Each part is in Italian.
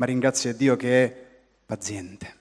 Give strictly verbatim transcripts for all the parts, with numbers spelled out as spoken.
ma ringrazio Dio che è paziente.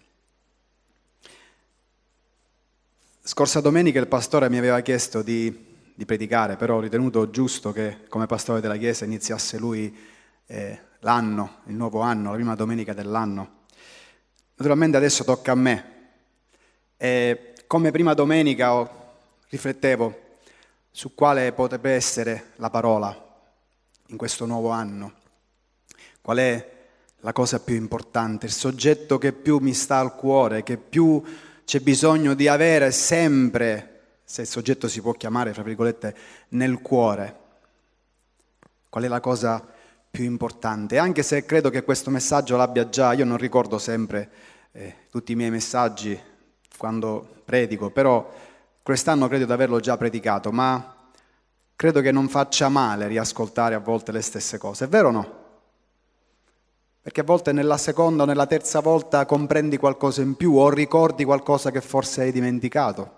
Scorsa domenica il pastore mi aveva chiesto di, di predicare, però ho ritenuto giusto che come pastore della Chiesa iniziasse lui eh, l'anno, il nuovo anno, la prima domenica dell'anno. Naturalmente adesso tocca a me. E come prima domenica ho, riflettevo su quale potrebbe essere la parola in questo nuovo anno. Qual è la cosa più importante, il soggetto che più mi sta al cuore, che più c'è bisogno di avere sempre, se il soggetto si può chiamare, fra virgolette, nel cuore. Qual è la cosa più importante? Anche se credo che questo messaggio l'abbia già, io non ricordo sempre eh, tutti i miei messaggi quando predico, però quest'anno credo di averlo già predicato, ma credo che non faccia male riascoltare a volte le stesse cose, è vero o no? Perché a volte nella seconda o nella terza volta comprendi qualcosa in più o ricordi qualcosa che forse hai dimenticato.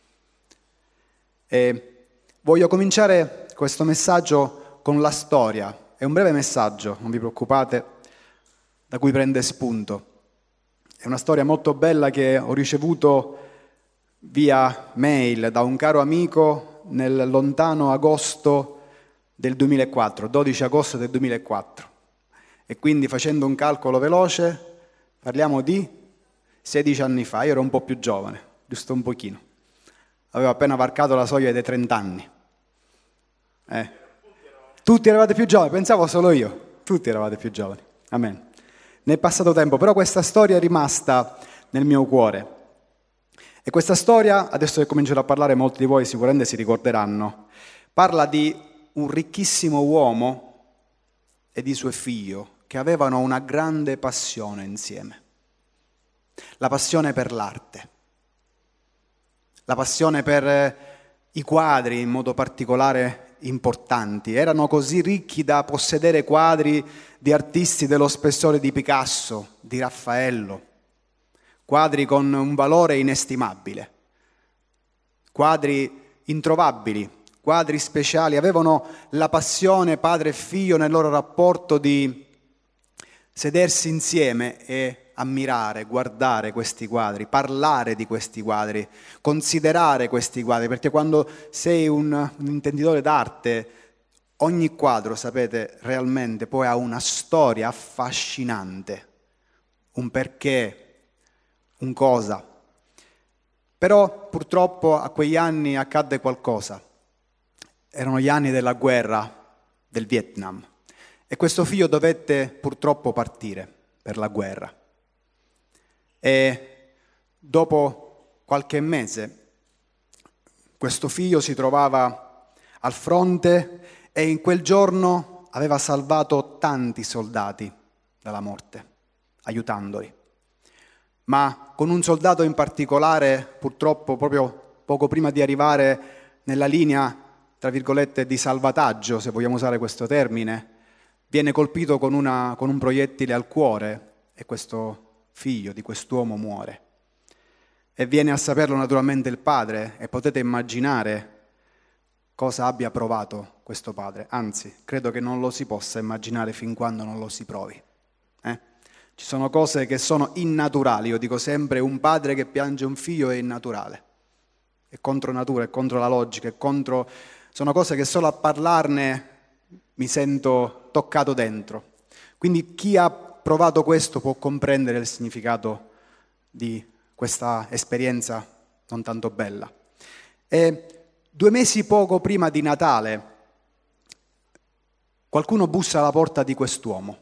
E voglio cominciare questo messaggio con la storia. È un breve messaggio, non vi preoccupate, da cui prende spunto. È una storia molto bella che ho ricevuto via mail da un caro amico nel lontano agosto del duemilaquattro, dodici agosto del duemilaquattro. E quindi facendo un calcolo veloce, parliamo di sedici anni fa, io ero un po' più giovane, giusto un pochino. Avevo appena varcato la soglia dei trenta anni. Eh. Tutti eravate più giovani, pensavo solo io, tutti eravate più giovani. Amen. Ne è passato tempo, però questa storia è rimasta nel mio cuore. E questa storia, adesso che comincerò a parlare, molti di voi sicuramente si ricorderanno, parla di un ricchissimo uomo e di suo figlio che avevano una grande passione insieme. La passione per l'arte, la passione per i quadri in modo particolare importanti. Erano così ricchi da possedere quadri di artisti dello spessore di Picasso, di Raffaello, quadri con un valore inestimabile, quadri introvabili, quadri speciali. Avevano la passione padre e figlio nel loro rapporto di sedersi insieme e ammirare, guardare questi quadri, parlare di questi quadri, considerare questi quadri, perché quando sei un, un intenditore d'arte, ogni quadro, sapete, realmente poi ha una storia affascinante, un perché, un cosa. Però purtroppo a quegli anni accadde qualcosa. Erano gli anni della guerra del Vietnam e questo figlio dovette purtroppo partire per la guerra. E dopo qualche mese questo figlio si trovava al fronte e in quel giorno aveva salvato tanti soldati dalla morte, aiutandoli. Ma con un soldato in particolare, purtroppo proprio poco prima di arrivare nella linea, tra virgolette, di salvataggio, se vogliamo usare questo termine, viene colpito con, una, con un proiettile al cuore e questo figlio di quest'uomo muore. E viene a saperlo naturalmente il padre e potete immaginare cosa abbia provato questo padre. Anzi, credo che non lo si possa immaginare fin quando non lo si provi. Eh? Ci sono cose che sono innaturali, io dico sempre un padre che piange un figlio è innaturale, è contro natura, è contro la logica, è contro... sono cose che solo a parlarne mi sento toccato dentro. Quindi chi ha provato questo può comprendere il significato di questa esperienza non tanto bella. E due mesi poco prima di Natale qualcuno bussa alla porta di quest'uomo.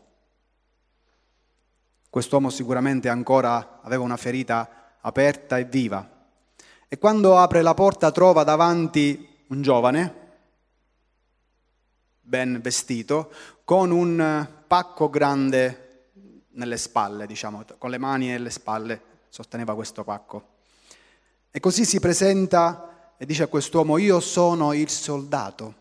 Quest'uomo sicuramente ancora aveva una ferita aperta e viva. E quando apre la porta trova davanti un giovane, ben vestito, con un pacco grande nelle spalle, diciamo, con le mani nelle spalle, sosteneva questo pacco. E così si presenta e dice a quest'uomo: io sono il soldato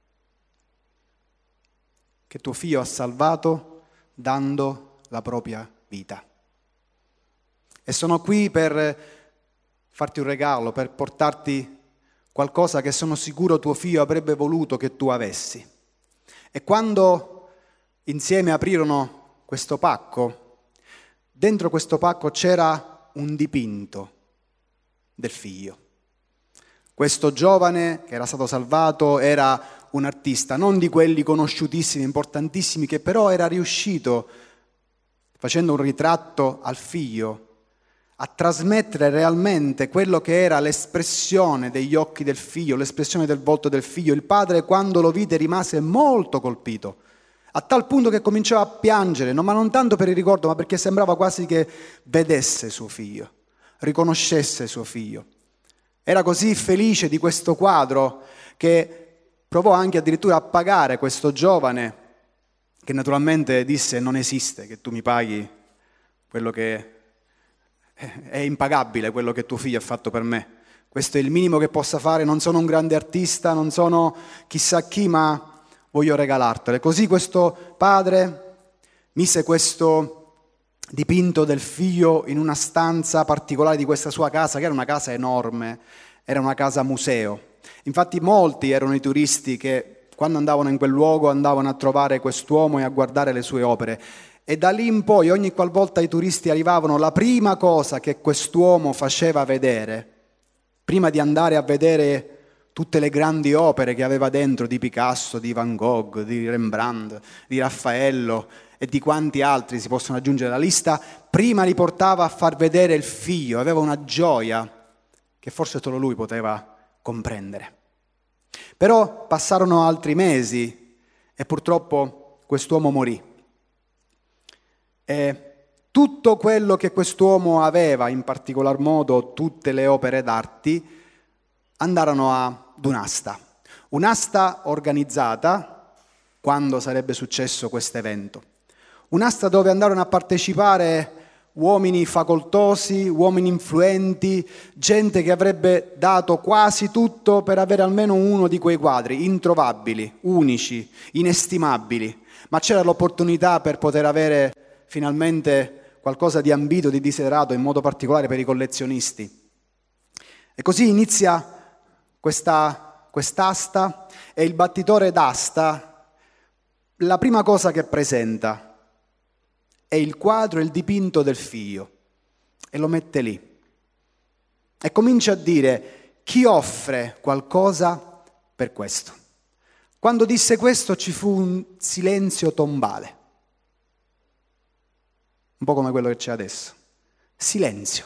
che tuo figlio ha salvato dando la propria vita. E sono qui per farti un regalo, per portarti qualcosa che sono sicuro tuo figlio avrebbe voluto che tu avessi. E quando insieme aprirono questo pacco, dentro questo pacco c'era un dipinto del figlio. Questo giovane che era stato salvato era un artista, non di quelli conosciutissimi, importantissimi, che però era riuscito, facendo un ritratto al figlio, a trasmettere realmente quello che era l'espressione degli occhi del figlio, l'espressione del volto del figlio. Il padre, quando lo vide, rimase molto colpito, a tal punto che cominciò a piangere, no, ma non tanto per il ricordo, ma perché sembrava quasi che vedesse suo figlio, riconoscesse suo figlio. Era così felice di questo quadro che provò anche addirittura a pagare questo giovane, che naturalmente disse: non esiste che tu mi paghi quello che è impagabile, quello che tuo figlio ha fatto per me. Questo è il minimo che possa fare, non sono un grande artista, non sono chissà chi, ma voglio regalartele. Così questo padre mise questo dipinto del figlio in una stanza particolare di questa sua casa, che era una casa enorme, era una casa museo. Infatti molti erano i turisti che quando andavano in quel luogo andavano a trovare quest'uomo e a guardare le sue opere. E da lì in poi, ogni qualvolta i turisti arrivavano, la prima cosa che quest'uomo faceva vedere, prima di andare a vedere tutte le grandi opere che aveva dentro, di Picasso, di Van Gogh, di Rembrandt, di Raffaello e di quanti altri si possono aggiungere alla lista, prima li portava a far vedere il figlio. Aveva una gioia che forse solo lui poteva comprendere. Però passarono altri mesi e purtroppo quest'uomo morì. E tutto quello che quest'uomo aveva, in particolar modo tutte le opere d'arte, andarono ad un'asta. Un'asta organizzata quando sarebbe successo questo evento. Un'asta dove andarono a partecipare uomini facoltosi, uomini influenti, gente che avrebbe dato quasi tutto per avere almeno uno di quei quadri, introvabili, unici, inestimabili. Ma c'era l'opportunità per poter avere finalmente qualcosa di ambito, di desiderato, in modo particolare per i collezionisti. E così inizia questa, quest'asta e il battitore d'asta, la prima cosa che presenta è il quadro, il dipinto del figlio, e lo mette lì. E comincia a dire: chi offre qualcosa per questo? Quando disse questo ci fu un silenzio tombale. Un po' come quello che c'è adesso. Silenzio.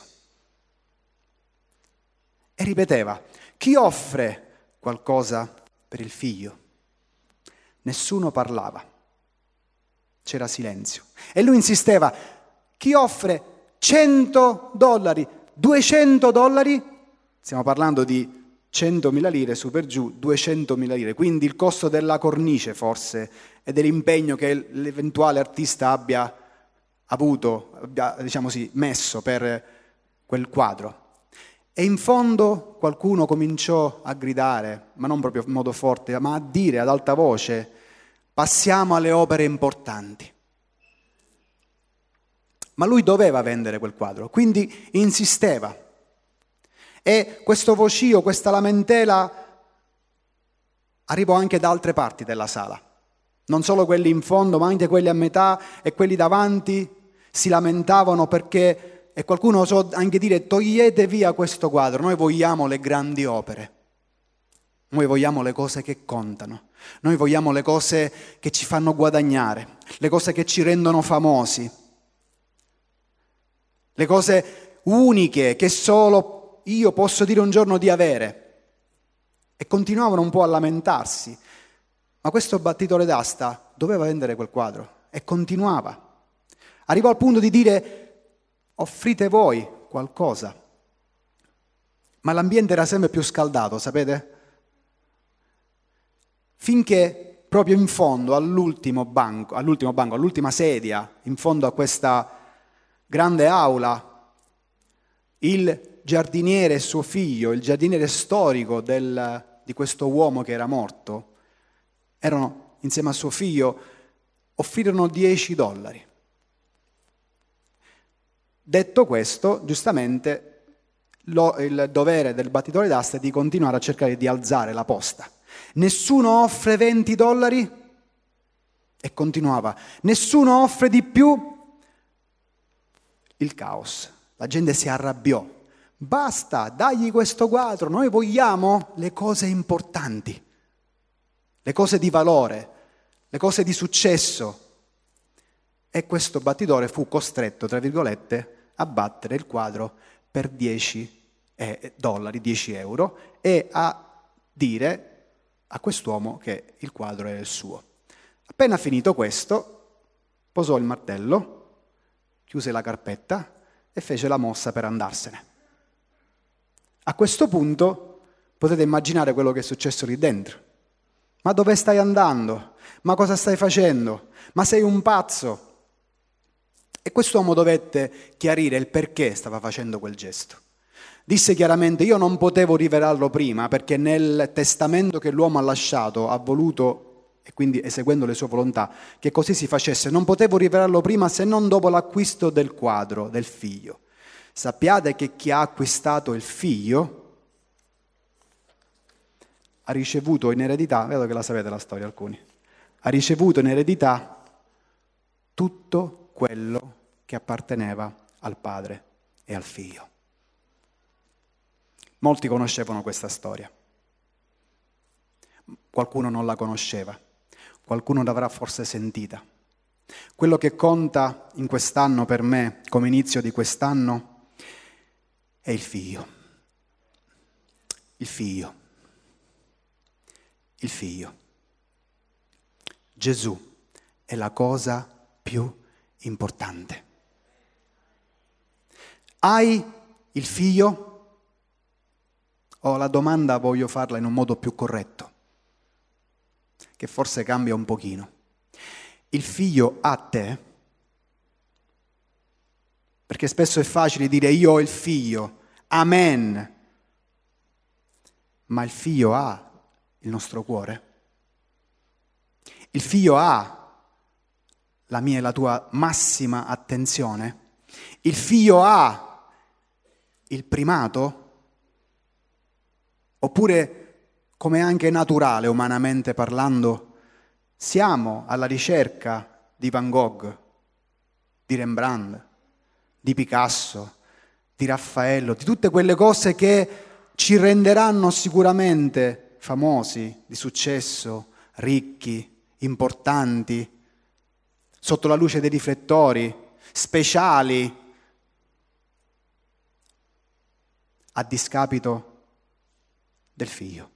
E ripeteva: chi offre qualcosa per il figlio? Nessuno parlava. C'era silenzio. E lui insisteva: chi offre cento dollari, duecento dollari? Stiamo parlando di centomila lire su per giù, duecentomila lire. Quindi il costo della cornice forse e dell'impegno che l'eventuale artista abbia avuto, abbia, diciamo sì, messo per quel quadro. E in fondo qualcuno cominciò a gridare, ma non proprio in modo forte, ma a dire ad alta voce: passiamo alle opere importanti. Ma lui doveva vendere quel quadro, quindi insisteva. E questo vocio, questa lamentela arrivò anche da altre parti della sala. Non solo quelli in fondo, ma anche quelli a metà e quelli davanti si lamentavano perché, e qualcuno osò anche dire: togliete via questo quadro, noi vogliamo le grandi opere. Noi vogliamo le cose che contano, noi vogliamo le cose che ci fanno guadagnare, le cose che ci rendono famosi, le cose uniche che solo io posso dire un giorno di avere. E continuavano un po' a lamentarsi, ma questo battitore d'asta doveva vendere quel quadro e continuava. Arrivò al punto di dire: offrite voi qualcosa. Ma l'ambiente era sempre più scaldato, sapete? Finché proprio in fondo, all'ultimo banco, all'ultimo banco, all'ultima sedia, in fondo a questa grande aula, il giardiniere e suo figlio, il giardiniere storico del, di questo uomo che era morto, erano insieme a suo figlio, offrirono dieci dollari. Detto questo, giustamente, lo, il dovere del battitore d'asta è di continuare a cercare di alzare la posta. Nessuno offre venti dollari? E continuava. Nessuno offre di più? il caos. La gente si arrabbiò. Basta, dagli questo quadro, noi vogliamo le cose importanti, le cose di valore, le cose di successo. E questo battitore fu costretto, tra virgolette, a battere il quadro per dieci dollari, dieci euro, e a dire a quest'uomo che il quadro era il suo. Appena finito questo, posò il martello, chiuse la carpetta e fece la mossa per andarsene. A questo punto potete immaginare quello che è successo lì dentro. Ma dove stai andando? Ma cosa stai facendo? Ma sei un pazzo? E quest'uomo dovette chiarire il perché stava facendo quel gesto. Disse chiaramente: io non potevo rivelarlo prima, perché nel testamento che l'uomo ha lasciato ha voluto, e quindi eseguendo le sue volontà, che così si facesse. Non potevo rivelarlo prima se non dopo l'acquisto del quadro, del figlio. Sappiate che chi ha acquistato il figlio ha ricevuto in eredità, vedo che la sapete la storia alcuni, ha ricevuto in eredità tutto quello che apparteneva al padre e al figlio. Molti conoscevano questa storia, qualcuno non la conosceva, qualcuno l'avrà forse sentita. Quello che conta in quest'anno per me, come inizio di quest'anno, è il figlio. Il figlio. Il figlio. Gesù è la cosa più importante. Hai il figlio? O la domanda voglio farla in un modo più corretto, che forse cambia un pochino. Il figlio ha te? Perché spesso è facile dire io ho il figlio, amen. Ma il figlio ha il nostro cuore? Il figlio ha la mia e la tua massima attenzione? Il figlio ha il primato? Oppure, come anche naturale, umanamente parlando, siamo alla ricerca di Van Gogh, di Rembrandt, di Picasso, di Raffaello, di tutte quelle cose che ci renderanno sicuramente famosi, di successo, ricchi, importanti, sotto la luce dei riflettori, speciali, a discapito del figlio.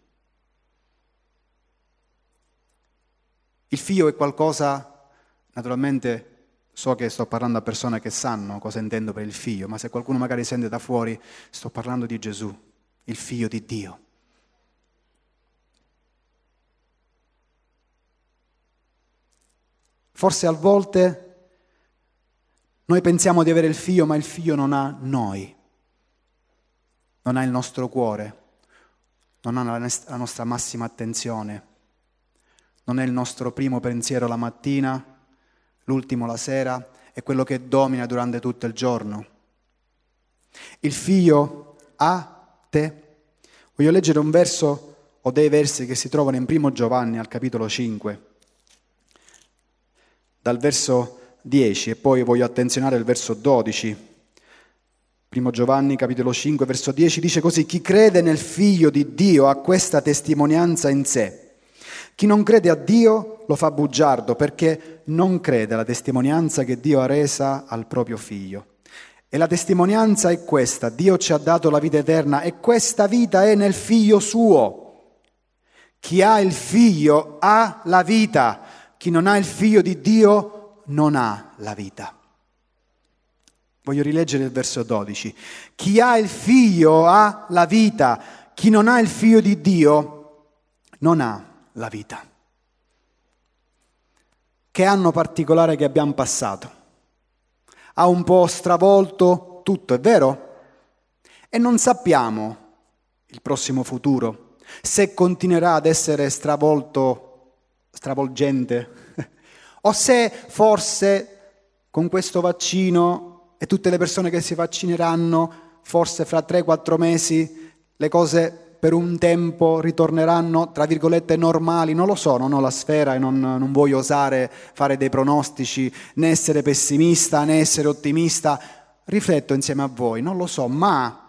Il figlio è qualcosa, naturalmente so che sto parlando a persone che sanno cosa intendo per il figlio, ma se qualcuno magari sente da fuori, sto parlando di Gesù, il figlio di Dio. Forse a volte noi pensiamo di avere il figlio, ma il figlio non ha noi, non ha il nostro cuore, non ha la nostra massima attenzione, non è il nostro primo pensiero la mattina, l'ultimo la sera, è quello che domina durante tutto il giorno. Il figlio ha te. Voglio leggere un verso o dei versi che si trovano in primo Giovanni al capitolo cinque, dal verso dieci, e poi voglio attenzionare il verso dodici. Primo Giovanni, capitolo cinque, verso dieci, dice così: chi crede nel Figlio di Dio ha questa testimonianza in sé. Chi non crede a Dio lo fa bugiardo, perché non crede alla testimonianza che Dio ha resa al proprio Figlio. E la testimonianza è questa: Dio ci ha dato la vita eterna e questa vita è nel Figlio suo. Chi ha il Figlio ha la vita, chi non ha il Figlio di Dio non ha la vita. Voglio rileggere il verso dodici. Chi ha il Figlio ha la vita, chi non ha il Figlio di Dio non ha la vita. Che anno particolare che abbiamo passato. Ha un po' stravolto tutto, è vero? E non sappiamo il prossimo futuro, se continuerà ad essere stravolto, stravolgente, o se forse con questo vaccino e tutte le persone che si vaccineranno, forse fra tre quattro mesi le cose per un tempo ritorneranno, tra virgolette, normali. Non lo so, non ho la sfera e non, non voglio osare fare dei pronostici, né essere pessimista, né essere ottimista. rifletto insieme a voi, non lo so, ma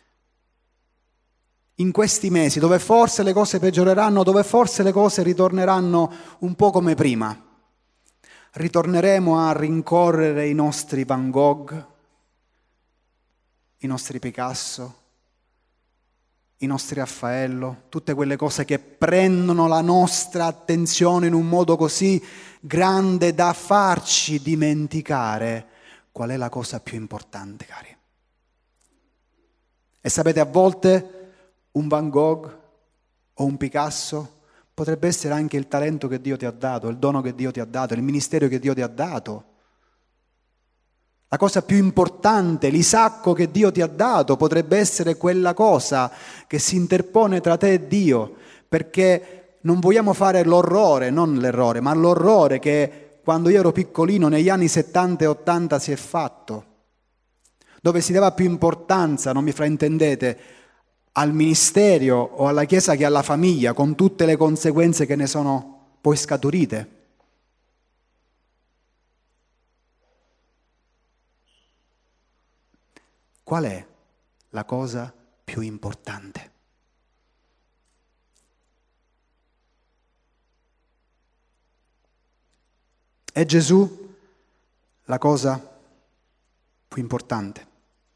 in questi mesi, dove forse le cose peggioreranno, dove forse le cose ritorneranno un po' come prima, ritorneremo a rincorrere i nostri Van Gogh, i nostri Picasso, i nostri Raffaello, tutte quelle cose che prendono la nostra attenzione in un modo così grande da farci dimenticare qual è la cosa più importante, cari. E sapete, a volte un Van Gogh o un Picasso potrebbe essere anche il talento che Dio ti ha dato, il dono che Dio ti ha dato, il ministero che Dio ti ha dato. La cosa più importante, l'Isacco che Dio ti ha dato, potrebbe essere quella cosa che si interpone tra te e Dio, perché non vogliamo fare l'orrore, non l'errore, ma l'orrore che quando io ero piccolino, negli anni settanta e ottanta, si è fatto, dove si dava più importanza, non mi fraintendete, al ministero o alla Chiesa che alla famiglia, con tutte le conseguenze che ne sono poi scaturite. Qual è la cosa più importante? È Gesù la cosa più importante?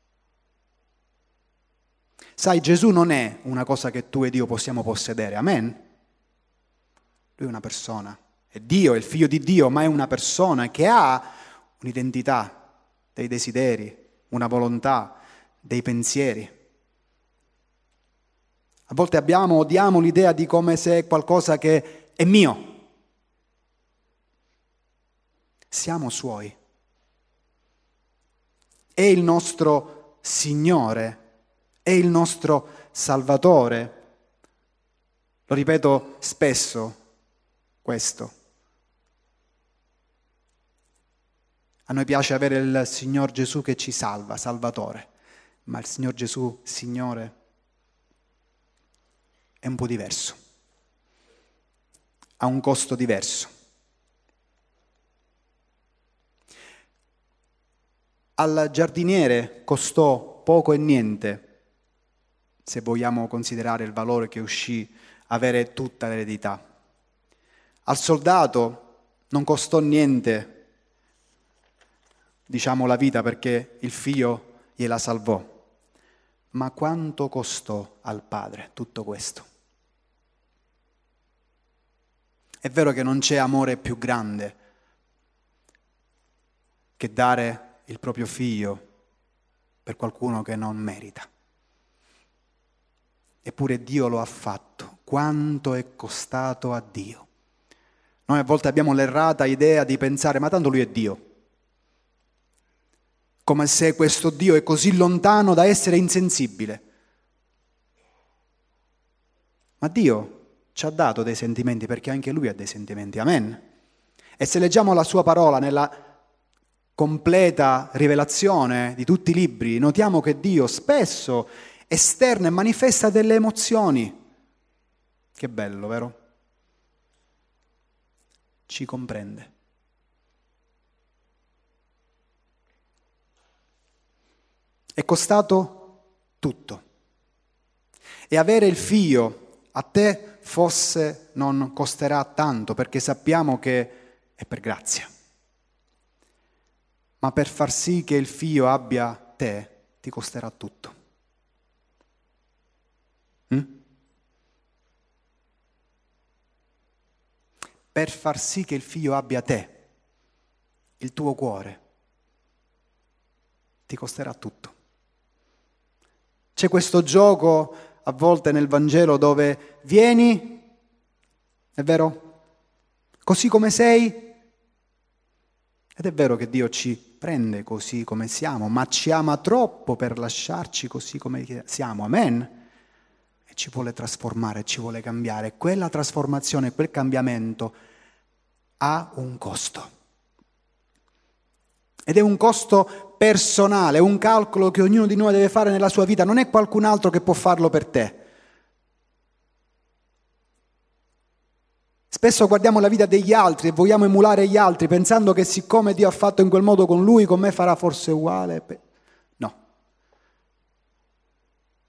Sai, Gesù non è una cosa che tu ed io possiamo possedere, amen? Lui è una persona, è Dio, è il figlio di Dio, ma è una persona che ha un'identità, dei desideri, una volontà, dei pensieri. A volte abbiamo, odiamo l'idea di come se è qualcosa che è mio. Siamo suoi. È il nostro Signore, è il nostro Salvatore. Lo ripeto spesso questo. A noi piace avere il Signor Gesù che ci salva, Salvatore, ma il Signor Gesù, Signore, è un po' diverso, ha un costo diverso. Al giardiniere costò poco e niente, se vogliamo considerare il valore che uscì avere tutta l'eredità. Al soldato non costò niente, diciamo, la vita, perché il figlio gliela salvò. Ma quanto costò al padre tutto questo? È vero che non c'è amore più grande che dare il proprio figlio per qualcuno che non merita. Eppure Dio lo ha fatto. Quanto è costato a Dio? Noi a volte abbiamo l'errata idea di pensare, ma tanto lui è Dio. Come se questo Dio è così lontano da essere insensibile. Ma Dio ci ha dato dei sentimenti, perché anche Lui ha dei sentimenti, amen. E se leggiamo la Sua parola nella completa rivelazione di tutti i libri, notiamo che Dio spesso esterna e manifesta delle emozioni. Che bello, vero? Ci comprende. È costato tutto. E avere il figlio a te forse non costerà tanto, perché sappiamo che è per grazia. Ma per far sì che il figlio abbia te, ti costerà tutto. Mm? Per far sì che il figlio abbia te, il tuo cuore, ti costerà tutto. C'è questo gioco a volte nel Vangelo dove vieni, è vero? Così come sei. Ed è vero che Dio ci prende così come siamo, ma ci ama troppo per lasciarci così come siamo, amen? E ci vuole trasformare, ci vuole cambiare. Quella trasformazione, quel cambiamento ha un costo. Ed è un costo personale, un calcolo che ognuno di noi deve fare nella sua vita, non è qualcun altro che può farlo per te. Spesso guardiamo la vita degli altri e vogliamo emulare gli altri pensando che siccome Dio ha fatto in quel modo con lui, con me farà forse uguale.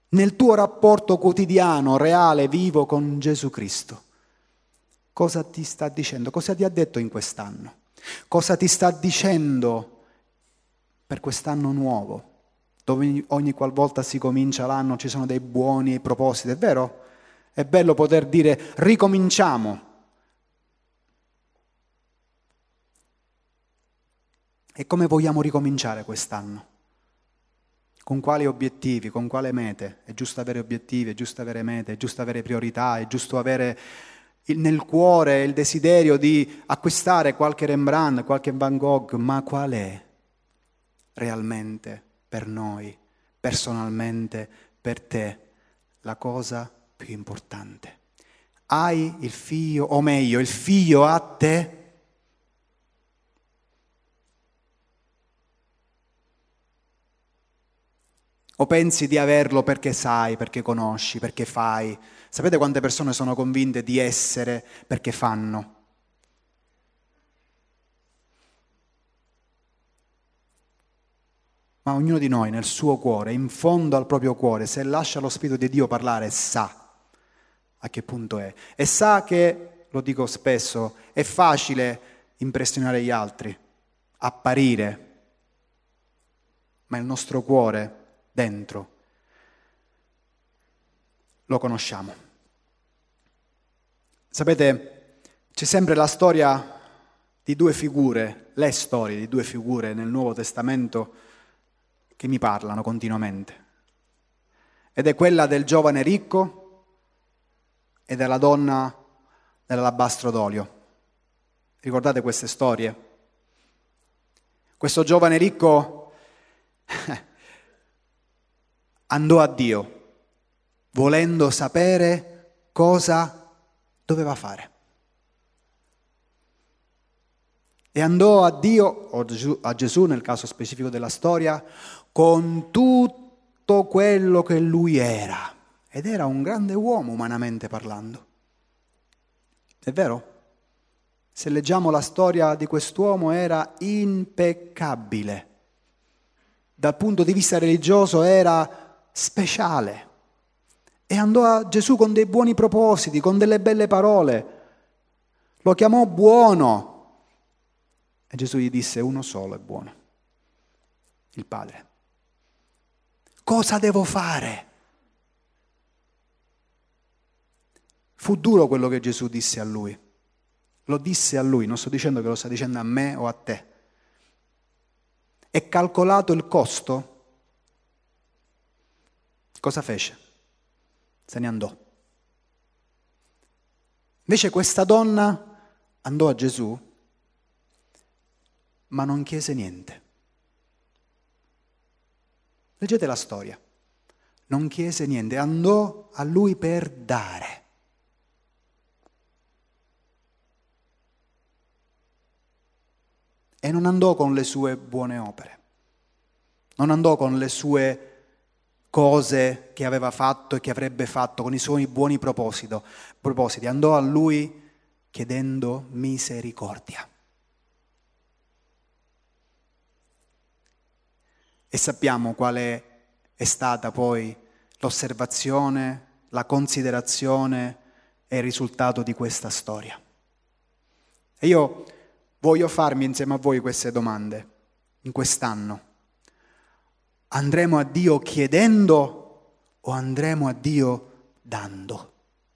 nel tuo rapporto quotidiano, reale, vivo con Gesù Cristo. Cosa ti sta dicendo? Cosa ti ha detto in quest'anno? Cosa ti sta dicendo per quest'anno nuovo, dove ogni qualvolta si comincia l'anno ci sono dei buoni propositi, è vero? È bello poter dire ricominciamo. E come vogliamo ricominciare quest'anno? Con quali obiettivi, con quale mete? È giusto avere obiettivi, è giusto avere mete, è giusto avere priorità, è giusto avere il, nel cuore il desiderio di acquistare qualche Rembrandt, qualche Van Gogh, ma qual è realmente per noi, personalmente, per te, la cosa più importante? Hai il figlio, o meglio, il figlio a te? O pensi di averlo perché sai, perché conosci, perché fai? Sapete quante persone sono convinte di essere perché fanno? Ma ognuno di noi nel suo cuore, in fondo al proprio cuore, se lascia lo Spirito di Dio parlare, sa a che punto è. E sa che, lo dico spesso, è facile impressionare gli altri, apparire, ma il nostro cuore dentro lo conosciamo. Sapete, c'è sempre la storia di due figure, le storie di due figure nel Nuovo Testamento che mi parlano continuamente. Ed è quella del giovane ricco e della donna dell'alabastro d'olio. Ricordate queste storie? Questo giovane ricco andò a Dio volendo sapere cosa doveva fare. E andò a Dio, o a Gesù nel caso specifico della storia, con tutto quello che lui era. Ed era un grande uomo umanamente parlando. È vero? Se leggiamo la storia di quest'uomo era impeccabile. Dal punto di vista religioso era speciale. E andò a Gesù con dei buoni propositi, con delle belle parole. Lo chiamò buono. E Gesù gli disse: uno solo è buono, il Padre. Cosa devo fare? Fu duro quello che Gesù disse a lui. Lo disse a lui, non sto dicendo che lo sta dicendo a me o a te. E calcolato il costo, cosa fece? Se ne andò. Invece questa donna andò a Gesù, ma non chiese niente. Leggete la storia. Non chiese niente, andò a lui per dare. E non andò con le sue buone opere, non andò con le sue cose che aveva fatto e che avrebbe fatto, con i suoi buoni proposito, propositi, andò a lui chiedendo misericordia. E sappiamo quale è stata poi l'osservazione, la considerazione e il risultato di questa storia. E io voglio farmi insieme a voi queste domande in quest'anno. Andremo a Dio chiedendo o andremo a Dio dando?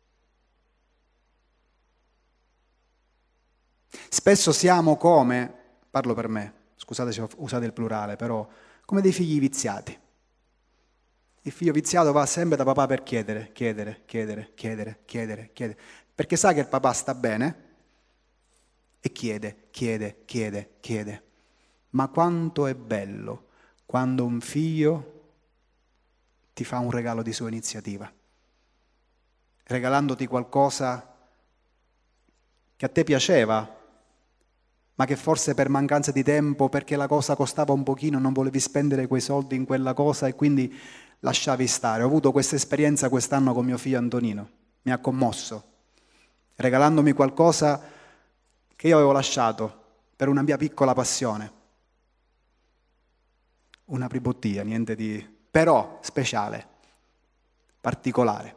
Spesso siamo come, parlo per me, scusate se usate il plurale, però come dei figli viziati. Il figlio viziato va sempre da papà per chiedere, chiedere, chiedere, chiedere, chiedere, chiedere, perché sa che il papà sta bene e chiede, chiede, chiede, chiede. Ma quanto è bello quando un figlio ti fa un regalo di sua iniziativa, regalandoti qualcosa che a te piaceva, ma che forse per mancanza di tempo, perché la cosa costava un pochino, non volevi spendere quei soldi in quella cosa e quindi lasciavi stare. Ho avuto questa esperienza quest'anno con mio figlio Antonino, mi ha commosso, regalandomi qualcosa che io avevo lasciato per una mia piccola passione. Una pribottia, niente di... però speciale. particolare.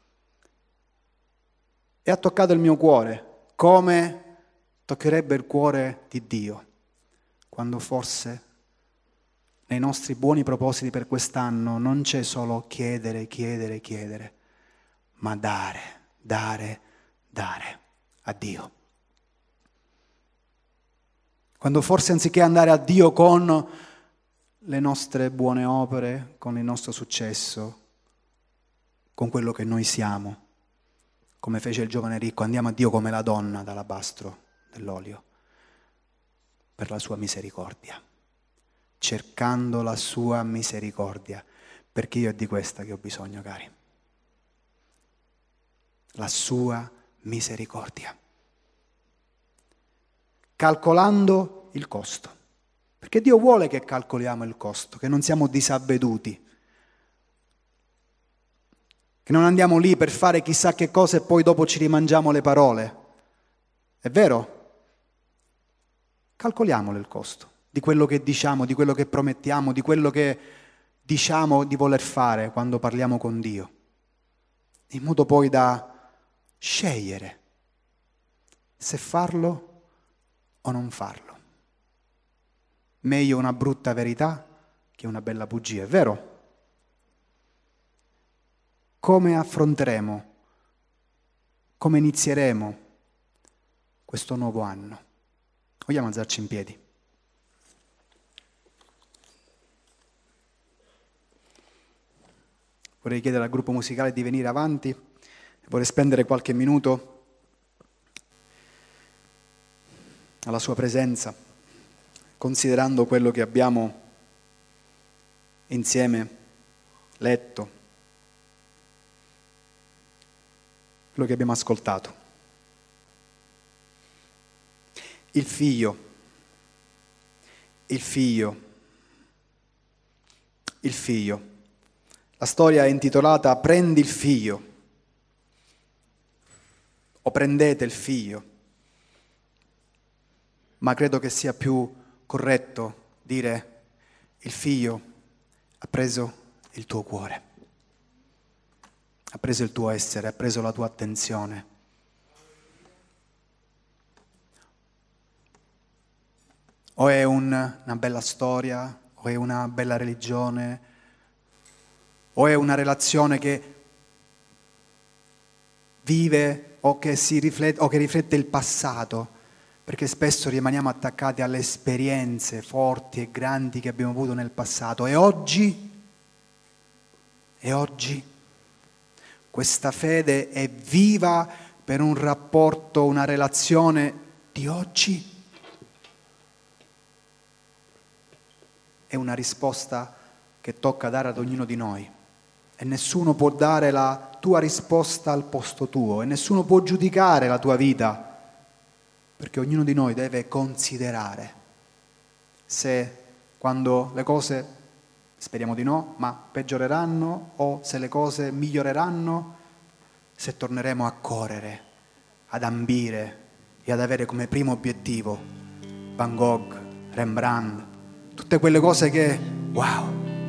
E ha toccato il mio cuore, come toccherebbe il cuore di Dio, quando forse nei nostri buoni propositi per quest'anno non c'è solo chiedere, chiedere, chiedere, ma dare, dare, dare a Dio. Quando forse anziché andare a Dio con le nostre buone opere, con il nostro successo, con quello che noi siamo, come fece il giovane ricco, andiamo a Dio come la donna d'alabastro dell'olio, per la sua misericordia, cercando la sua misericordia, perché io è di questa che ho bisogno, cari. La sua misericordia. Calcolando il costo, perché Dio vuole che calcoliamo il costo, che non siamo disavveduti, che non andiamo lì per fare chissà che cosa e poi dopo ci rimangiamo le parole. È vero? Calcoliamolo il costo di quello che diciamo, di quello che promettiamo, di quello che diciamo di voler fare quando parliamo con Dio, in modo poi da scegliere se farlo o non farlo. Meglio una brutta verità che una bella bugia, è vero? Come affronteremo, come inizieremo questo nuovo anno? Vogliamo alzarci in piedi? Vorrei chiedere al gruppo musicale di venire avanti, vorrei spendere qualche minuto alla sua presenza, considerando quello che abbiamo insieme letto, quello che abbiamo ascoltato. Il figlio, il figlio, il figlio. La storia è intitolata Prendi il figlio o prendete il figlio, ma credo che sia più corretto dire il figlio ha preso il tuo cuore, ha preso il tuo essere, ha preso la tua attenzione. O è un, una bella storia, o è una bella religione, o è una relazione che vive o che, si riflette, o che riflette il passato, perché spesso rimaniamo attaccati alle esperienze forti e grandi che abbiamo avuto nel passato. E oggi, e oggi, questa fede è viva per un rapporto, una relazione di oggi? È una risposta che tocca dare ad ognuno di noi. E nessuno può dare la tua risposta al posto tuo, e nessuno può giudicare la tua vita, perché ognuno di noi deve considerare se quando le cose, speriamo di no, ma peggioreranno, o se le cose miglioreranno, se torneremo a correre, ad ambire e ad avere come primo obiettivo Van Gogh, Rembrandt, tutte quelle cose che, wow,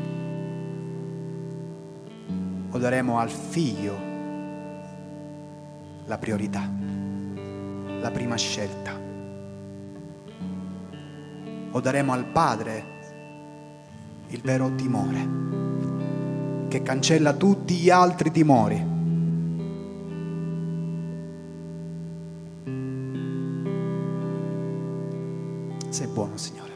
o daremo al figlio la priorità, la prima scelta, o daremo al padre il vero timore che cancella tutti gli altri timori. Sei buono, Signore.